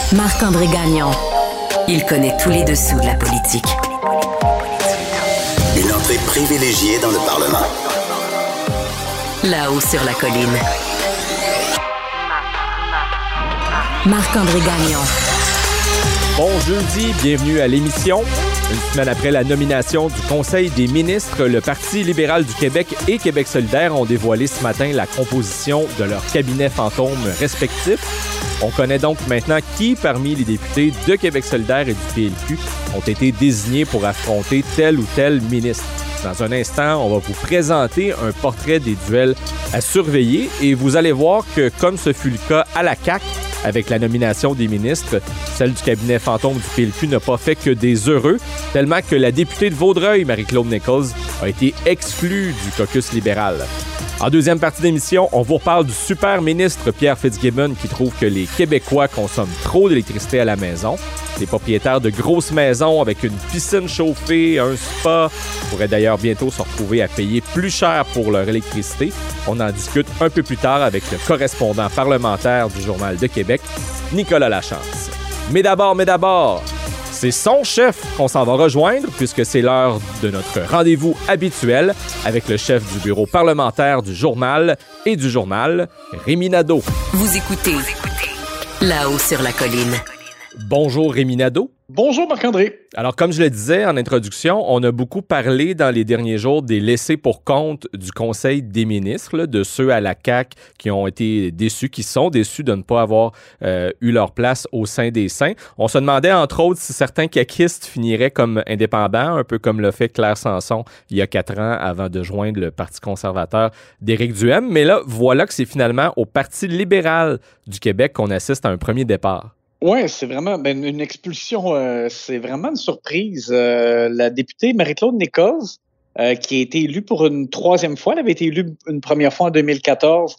Marc-André Gagnon. Il connaît tous les dessous de la politique. Une entrée privilégiée dans le Parlement. Là-haut sur la colline. Marc-André Gagnon. Bon jeudi, bienvenue à l'émission. Une semaine après la nomination du Conseil des ministres, le Parti libéral du Québec et Québec solidaire ont dévoilé ce matin la composition de leurs cabinets fantômes respectifs. On connaît donc maintenant qui, parmi les députés de Québec solidaire et du PLQ, ont été désignés pour affronter tel ou tel ministre. Dans un instant, on va vous présenter un portrait des duels à surveiller et vous allez voir que, comme ce fut le cas à la CAQ, avec la nomination des ministres, celle du cabinet fantôme du PLQ n'a pas fait que des heureux, tellement que la députée de Vaudreuil, Marie-Claude Nichols, a été exclue du caucus libéral. En deuxième partie d'émission, on vous reparle du super ministre Pierre Fitzgibbon qui trouve que les Québécois consomment trop d'électricité à la maison. Les propriétaires de grosses maisons avec une piscine chauffée, un spa pourraient d'ailleurs bientôt se retrouver à payer plus cher pour leur électricité. On en discute un peu plus tard avec le correspondant parlementaire du Journal de Québec, Nicolas Lachance. Mais d'abord, c'est son chef qu'on s'en va rejoindre puisque c'est l'heure de notre rendez-vous habituel avec le chef du bureau parlementaire du Journal et du Journal, Rémi Nadeau. Vous écoutez Là-haut sur la colline. Bonjour Rémi Nadeau. Bonjour Marc-André. Alors, comme je le disais en introduction, on a beaucoup parlé dans les derniers jours des laissés pour compte du Conseil des ministres, là, de ceux à la CAQ qui ont été déçus, qui sont déçus de ne pas avoir eu leur place au sein des saints. On se demandait, entre autres, si certains caquistes finiraient comme indépendants, un peu comme l'a fait Claire Sanson il y a 4 ans avant de joindre le Parti conservateur d'Éric Duhaime. Mais là, voilà que c'est finalement au Parti libéral du Québec qu'on assiste à un premier départ. Oui, c'est vraiment une expulsion, c'est vraiment une surprise. La députée Marie-Claude Nichols, qui a été élue pour une troisième fois, elle avait été élue une première fois en 2014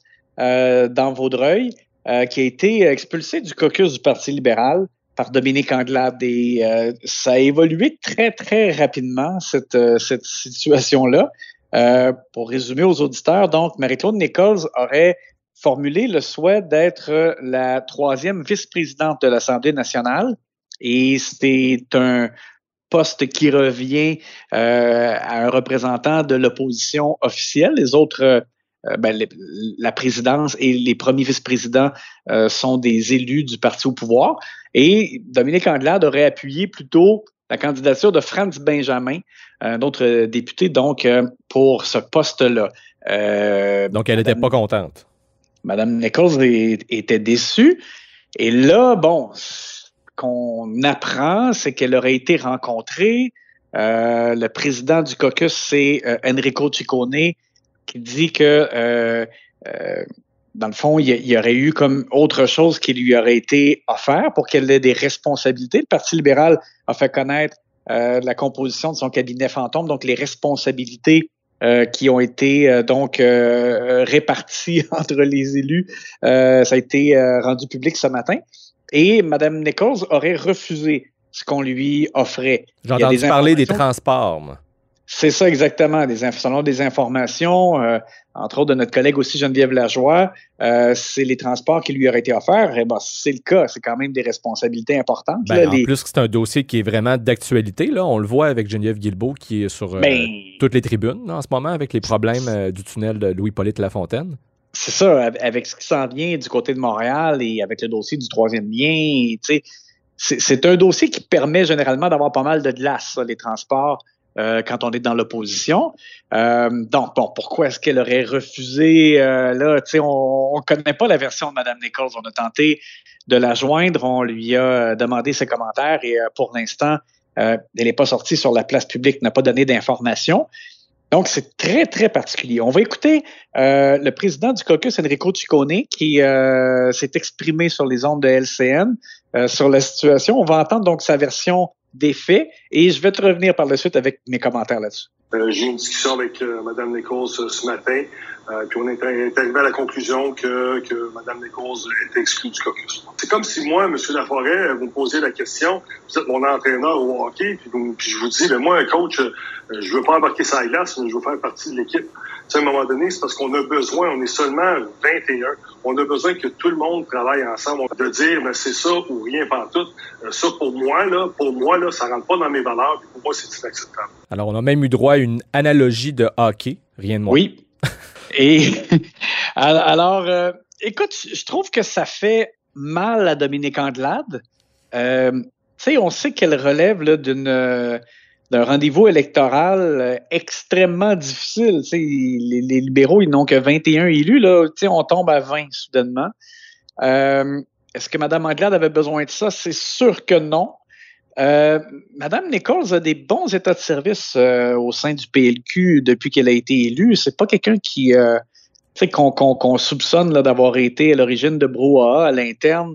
dans Vaudreuil, qui a été expulsée du caucus du Parti libéral par Dominique Anglade. Et ça a évolué très, très rapidement, cette situation-là. Pour résumer aux auditeurs, donc, Marie-Claude Nichols aurait formulé le souhait d'être la troisième vice-présidente de l'Assemblée nationale. Et c'est un poste qui revient à un représentant de l'opposition officielle. Les autres, la présidence et les premiers vice-présidents sont des élus du parti au pouvoir. Et Dominique Anglade aurait appuyé plutôt la candidature de Franz Benjamin, un autre député, donc, pour ce poste-là. Donc, elle n'était pas contente. Mme Nichols était déçue. Et là, bon, ce qu'on apprend, c'est qu'elle aurait été rencontrée. Le président du caucus, c'est Enrico Ciccone, qui dit que, dans le fond, il y aurait eu comme autre chose qui lui aurait été offert pour qu'elle ait des responsabilités. Le Parti libéral a fait connaître la composition de son cabinet fantôme, donc les responsabilités qui ont été répartis entre les élus. Ça a été rendu public ce matin. Et Mme Nichols aurait refusé ce qu'on lui offrait. J'ai entendu parler des transports, moi. C'est ça exactement, selon des informations, entre autres de notre collègue aussi Geneviève Lajoie, c'est les transports qui lui auraient été offerts. Et c'est le cas, c'est quand même des responsabilités importantes. En plus, c'est un dossier qui est vraiment d'actualité. Là. On le voit avec Geneviève Guilbeault qui est sur toutes les tribunes là, en ce moment avec les problèmes du tunnel de Louis-Polyte Lafontaine. C'est ça, avec ce qui s'en vient du côté de Montréal et avec le dossier du troisième lien. C'est un dossier qui permet généralement d'avoir pas mal de glace, ça, les transports. Quand on est dans l'opposition. Donc, bon, pourquoi est-ce qu'elle aurait refusé? Là, tu sais, on ne connaît pas la version de Mme Nichols. On a tenté de la joindre. On lui a demandé ses commentaires et pour l'instant, elle n'est pas sortie sur la place publique, n'a pas donné d'informations. Donc, c'est très, très particulier. On va écouter le président du caucus, Enrico Ciccone, qui s'est exprimé sur les ondes de LCN sur la situation. On va entendre donc sa version des faits et je vais te revenir par la suite avec mes commentaires là-dessus. J'ai eu une discussion avec Mme Nichols ce matin, puis on est arrivé à la conclusion que Mme Nichols est exclue du caucus. C'est comme si moi, M. Laforêt, vous me posiez la question, vous êtes mon entraîneur au hockey, puis je vous dis, moi, coach, je veux pas embarquer sur la glace, mais je veux faire partie de l'équipe. À un moment donné, c'est parce qu'on a besoin, on est seulement 21, on a besoin que tout le monde travaille ensemble, de dire, mais c'est ça ou rien pantoute. Ça, pour moi, ça rentre pas dans mes valeurs, pour moi, c'est inacceptable. Alors, on a même eu droit à une analogie de hockey, rien de moins. Oui. Et alors, écoute, je trouve que ça fait mal à Dominique Andelade. Tu sais, on sait qu'elle relève là, d'un rendez-vous électoral extrêmement difficile. Tu sais, les libéraux, ils n'ont que 21 élus. Là, tu sais, on tombe à 20 soudainement. Est-ce que Mme Andelade avait besoin de ça? C'est sûr que non. Mme Nichols a des bons états de service au sein du PLQ depuis qu'elle a été élue. C'est pas quelqu'un qui qu'on soupçonne là, d'avoir été à l'origine de brouhaha à l'interne,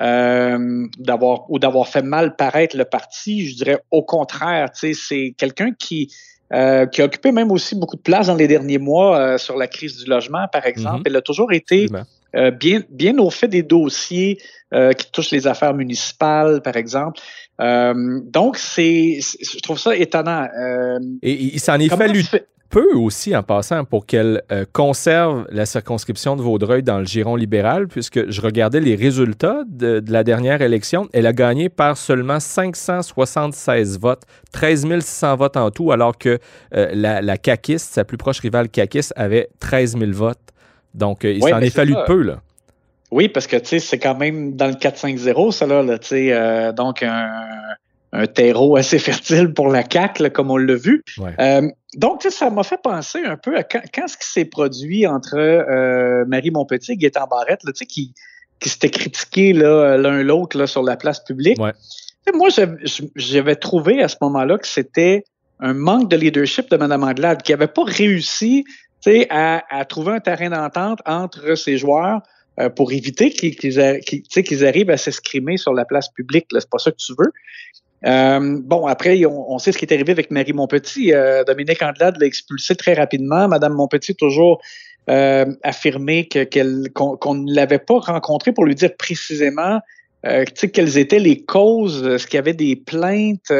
d'avoir fait mal paraître le parti. Je dirais au contraire, c'est quelqu'un qui a occupé même aussi beaucoup de place dans les derniers mois sur la crise du logement, par exemple. Elle a toujours été bien au fait des dossiers qui touchent les affaires municipales, par exemple. Donc, je trouve ça étonnant. Et il s'en est fallu peu aussi, en passant, pour qu'elle conserve la circonscription de Vaudreuil dans le giron libéral, puisque je regardais les résultats de la dernière élection. Elle a gagné par seulement 576 votes, 13 600 votes en tout, alors que la caquiste, sa plus proche rivale caquiste, avait 13 000 votes. Donc, il s'en est fallu de peu, là. Oui, parce que, tu sais, c'est quand même dans le 4-5-0, ça, là, tu sais, donc un terreau assez fertile pour la CAQ, là, comme on l'a vu. Ouais. Donc, tu sais, ça m'a fait penser un peu à quand ce qui s'est produit entre Marie Montpetit et Gaétan Barrette, là, tu sais, qui s'étaient critiqués l'un l'autre là, sur la place publique. Ouais. Moi, j'avais trouvé à ce moment-là que c'était un manque de leadership de Mme Andelade, qui n'avait pas réussi à trouver un terrain d'entente entre ses joueurs pour éviter qu'ils arrivent à s'escrimer sur la place publique. Là, c'est pas ça que tu veux. Bon, après, on sait ce qui est arrivé avec Marie Montpetit. Dominique Andelade l'a expulsée très rapidement. Madame Montpetit toujours affirmé qu'on ne l'avait pas rencontrée pour lui dire précisément quelles étaient les causes, est-ce qu'il y avait des plaintes.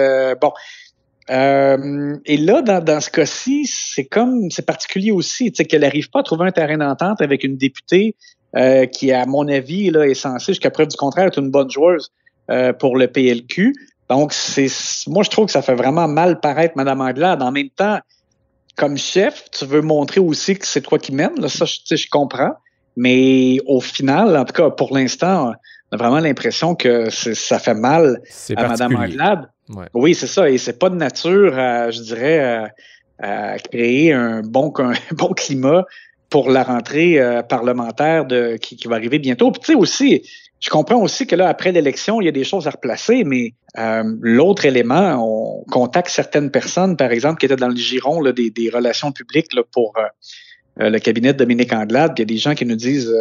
Et là, dans ce cas-ci, c'est particulier aussi, qu'elle n'arrive pas à trouver un terrain d'entente avec une députée qui, à mon avis, là, est censée, jusqu'à preuve du contraire, être une bonne joueuse pour le PLQ. Donc, moi, je trouve que ça fait vraiment mal paraître Mme Andelade. En même temps, comme chef, tu veux montrer aussi que c'est toi qui mène. Là, ça, je comprends. Mais au final, en tout cas, pour l'instant, on a vraiment l'impression que ça fait mal à Mme Andelade. Ouais. Oui, c'est ça. Et c'est pas de nature, je dirais, à créer un bon climat pour la rentrée parlementaire qui va arriver bientôt. Puis tu sais aussi, je comprends aussi que là, après l'élection, il y a des choses à replacer, mais l'autre élément, on contacte certaines personnes, par exemple, qui étaient dans le giron là, des relations publiques là, pour le cabinet de Dominique Andelade. Puis il y a des gens qui nous disent,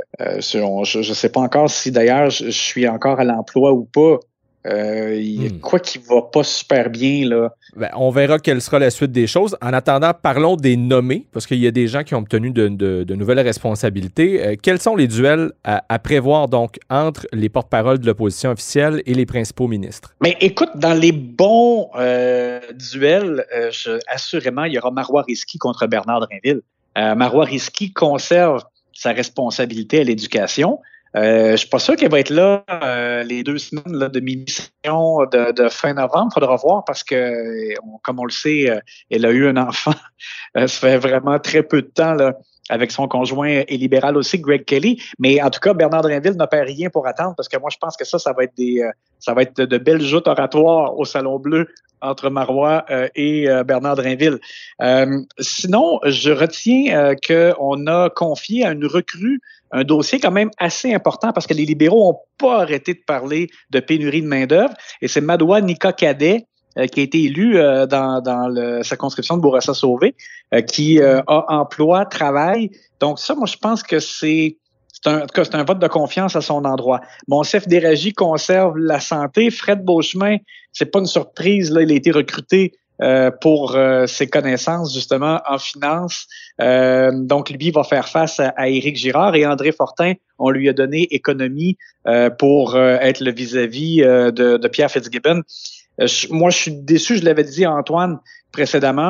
je ne sais pas encore si d'ailleurs je suis encore à l'emploi ou pas. Il y a quoi qui va pas super bien, là. Ben, on verra quelle sera la suite des choses. En attendant, parlons des nommés, parce qu'il y a des gens qui ont obtenu de nouvelles responsabilités. Quels sont les duels à prévoir, donc, entre les porte-paroles de l'opposition officielle et les principaux ministres? Mais écoute, dans les bons duels, assurément, il y aura Marois Risky contre Bernard Drinville. Marois Risky conserve sa responsabilité à l'éducation. Je suis pas sûr qu'elle va être là les 2 semaines là, de mi-session de fin novembre. Faudra voir parce que, comme on le sait, elle a eu un enfant. Ça fait vraiment très peu de temps là, avec son conjoint et libéral aussi, Greg Kelly. Mais en tout cas, Bernard Drinville n'a pas rien pour attendre parce que moi, je pense que ça va être de belles joutes oratoires au Salon Bleu entre Marois et Bernard Drinville. Sinon, je retiens qu'on a confié à une recrue un dossier quand même assez important parce que les libéraux n'ont pas arrêté de parler de pénurie de main-d'œuvre. Et c'est Madoua Nika Cadet qui a été élu dans la circonscription de Bourassa-Sauvé, qui a emploi, travail. Donc ça, moi, je pense que c'est un vote de confiance à son endroit. Monsef Déragi conserve la santé. Fred Beauchemin, c'est pas une surprise, là, il a été recruté pour ses connaissances, justement, en finance. Donc, lui va faire face à Éric Girard et André Fortin, on lui a donné économie pour être le vis-à-vis de Pierre Fitzgibbon. Moi, je suis déçu, je l'avais dit à Antoine précédemment,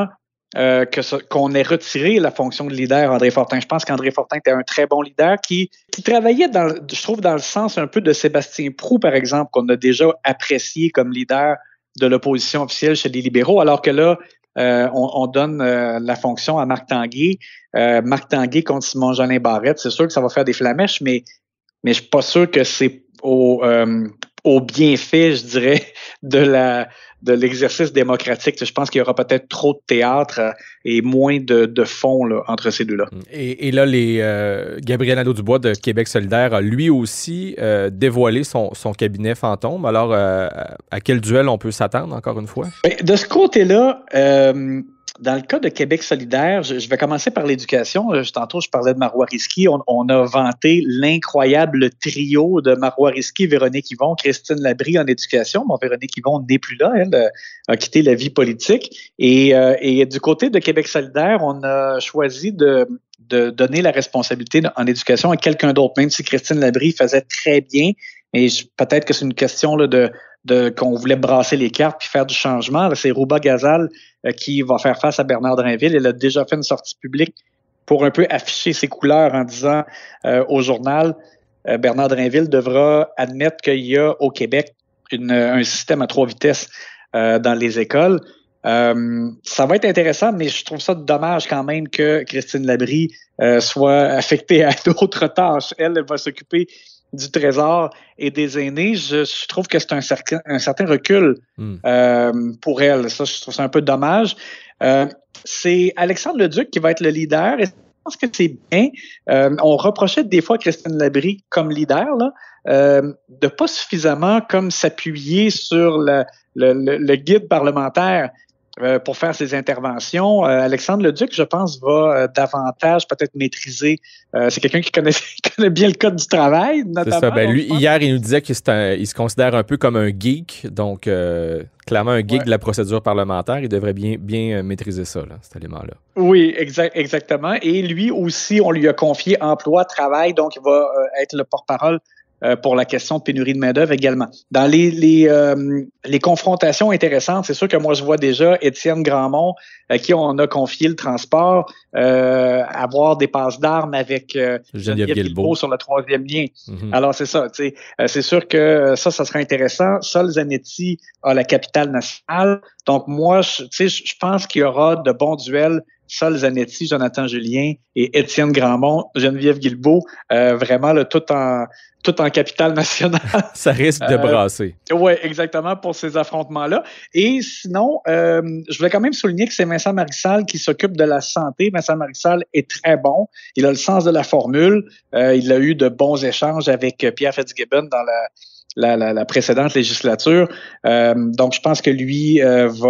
qu'on ait retiré la fonction de leader André Fortin. Je pense qu'André Fortin était un très bon leader qui travaillait, je trouve, dans le sens un peu de Sébastien Proulx, par exemple, qu'on a déjà apprécié comme leader de l'opposition officielle chez les libéraux, alors que là, on donne la fonction à Marc Tanguay. Marc Tanguay contre Simon-Jolin Barrette. C'est sûr que ça va faire des flamèches, mais je suis pas sûr que c'est au bienfait, je dirais, de l'exercice démocratique. Je pense qu'il y aura peut-être trop de théâtre et moins de fond là, entre ces deux-là. Et là, Gabriel Nadeau-Dubois de Québec solidaire a lui aussi dévoilé son cabinet fantôme. Alors, à quel duel on peut s'attendre, encore une fois? De ce côté-là, dans le cas de Québec solidaire, je vais commencer par l'éducation. Tantôt, je parlais de Marois Risky. On a vanté l'incroyable trio de Marois Risky, Véronique Yvon, Christine Labrie en éducation. Bon, Véronique Yvon n'est plus là. Elle a quitté la vie politique. Et du côté de Québec solidaire, on a choisi de donner la responsabilité en éducation à quelqu'un d'autre, même si Christine Labrie faisait très bien. Et peut-être que c'est une question là, qu'on voulait brasser les cartes puis faire du changement. C'est Rouba Gazal qui va faire face à Bernard Drinville. Elle a déjà fait une sortie publique pour un peu afficher ses couleurs en disant au journal, Bernard Drinville devra admettre qu'il y a au Québec un système à 3 vitesses dans les écoles. Ça va être intéressant, mais je trouve ça dommage quand même que Christine Labrie soit affectée à d'autres tâches. Elle va s'occuper du Trésor et des aînés. Je trouve que c'est un certain recul pour elle. Ça, je trouve ça un peu dommage. C'est Alexandre Leduc qui va être le leader et je pense que c'est bien. On reprochait des fois à Christine Labrie comme leader de pas suffisamment comme s'appuyer sur le guide parlementaire pour faire ses interventions. Alexandre Leduc, je pense, va davantage peut-être maîtriser. C'est quelqu'un qui connaît bien le code du travail, notamment. C'est ça. Lui, hier, il nous disait qu'il se considère un peu comme un geek, donc clairement un geek de la procédure parlementaire. Il devrait bien maîtriser ça, cet élément-là. Oui, exactement. Et lui aussi, on lui a confié emploi, travail, donc il va être le porte-parole pour la question de pénurie de main-d'œuvre également. Dans les confrontations intéressantes, c'est sûr que moi, je vois déjà Étienne Grandmont, à qui on a confié le transport, avoir des passes d'armes avec Geneviève Guilbeault sur le 3e lien. Mm-hmm. Alors, c'est ça. C'est sûr que ça sera intéressant. Sol Zanetti a la capitale nationale. Donc, moi, je pense qu'il y aura de bons duels. Sol Zanetti, Jonathan Julien et Étienne Grandmont, Geneviève Guilbeault, vraiment tout en capitale nationale. Ça risque de brasser. Oui, exactement, pour ces affrontements-là. Et sinon, je voulais quand même souligner que c'est Vincent Marissal qui s'occupe de la santé. Vincent Marissal est très bon. Il a le sens de la formule. Il a eu de bons échanges avec Pierre Fitzgibbon dans la précédente législature. Donc, je pense que lui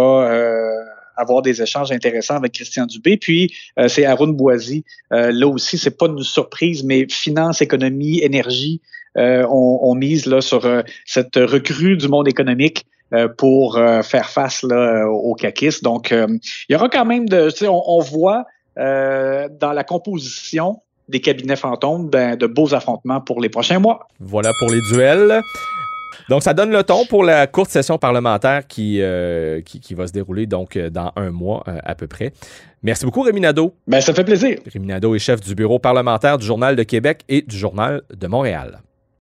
va avoir des échanges intéressants avec Christian Dubé. Puis, c'est Arun Boisy. Là aussi, c'est pas une surprise, mais finance, économie, énergie, on mise là sur cette recrue du monde économique pour faire face là, aux caquistes. Donc, il y aura quand même on voit dans la composition des cabinets fantômes de beaux affrontements pour les prochains mois. Voilà pour les duels. Donc, ça donne le ton pour la courte session parlementaire qui va se dérouler donc dans un mois à peu près. Merci beaucoup, Rémi Nadeau. Ça fait plaisir. Rémi Nadeau est chef du bureau parlementaire du Journal de Québec et du Journal de Montréal.